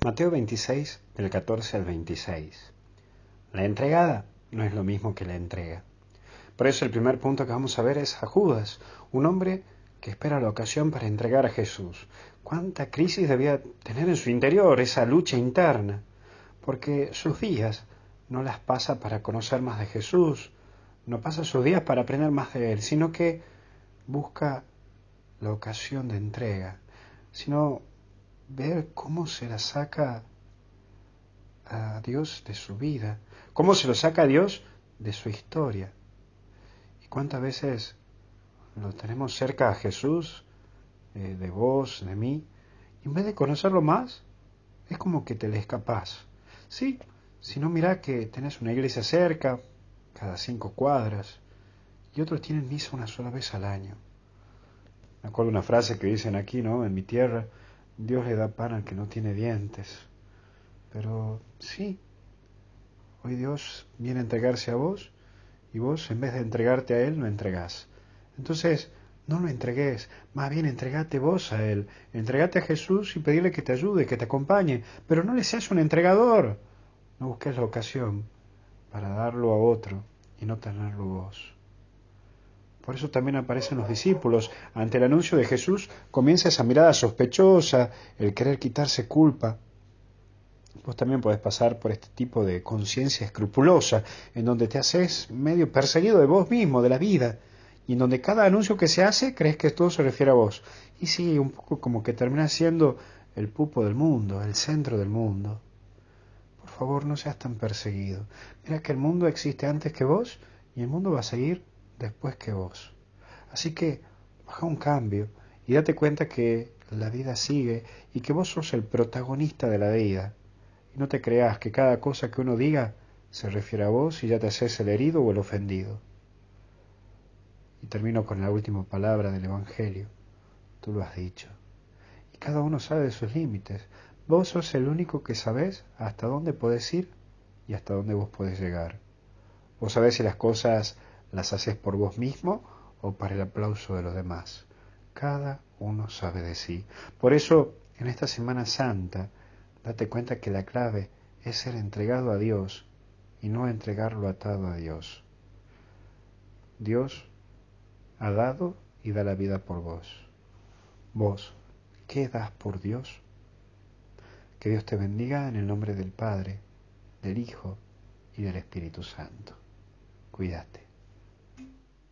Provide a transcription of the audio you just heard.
Mateo 26, del 14 al 26. La entregada no es lo mismo que la entrega. Por eso el primer punto que vamos a ver es a Judas, un hombre que espera la ocasión para entregar a Jesús. ¿Cuánta crisis debía tener en su interior esa lucha interna? Porque sus días no las pasa para conocer más de Jesús, no pasa sus días para aprender más de Él, sino que busca la ocasión de entrega, sino ver cómo se la saca a Dios de su vida, cómo se lo saca a Dios de su historia. ¿Y cuántas veces lo tenemos cerca a Jesús, de vos, de mí, y en vez de conocerlo más, es como que te le escapás? Sí, si no, mirá que tenés una iglesia cerca, cada 5 cuadras, y otros tienen misa una sola vez al año. Me acuerdo una frase que dicen aquí, ¿no? En mi tierra, Dios le da pan al que no tiene dientes. Pero sí, hoy Dios viene a entregarse a vos y vos, en vez de entregarte a Él, lo entregás. Entonces, no lo entregues, más bien entregate vos a Él. Entregate a Jesús y pedirle que te ayude, que te acompañe, pero no le seas un entregador. No busques la ocasión para darlo a otro y no tenerlo vos. Por eso también aparecen los discípulos. Ante el anuncio de Jesús comienza esa mirada sospechosa, el querer quitarse culpa. Vos también podés pasar por este tipo de conciencia escrupulosa, en donde te haces medio perseguido de vos mismo, de la vida, y en donde cada anuncio que se hace crees que todo se refiere a vos. Y sí, un poco como que terminás siendo el pupo del mundo, el centro del mundo. Por favor, no seas tan perseguido. Mira que el mundo existe antes que vos y el mundo va a seguir después que vos. Así que baja un cambio y date cuenta que la vida sigue y que vos sos el protagonista de la vida. Y no te creas que cada cosa que uno diga se refiere a vos y ya te haces el herido o el ofendido. Y termino con la última palabra del Evangelio. Tú lo has dicho. Y cada uno sabe de sus límites. Vos sos el único que sabés hasta dónde podés ir y hasta dónde vos podés llegar. Vos sabés si las cosas las haces por vos mismo o para el aplauso de los demás. Cada uno sabe de sí. Por eso, en esta Semana Santa, date cuenta que la clave es ser entregado a Dios y no entregarlo atado a Dios. Dios ha dado y da la vida por vos. Vos, ¿qué das por Dios? Que Dios te bendiga en el nombre del Padre, del Hijo y del Espíritu Santo. Cuídate.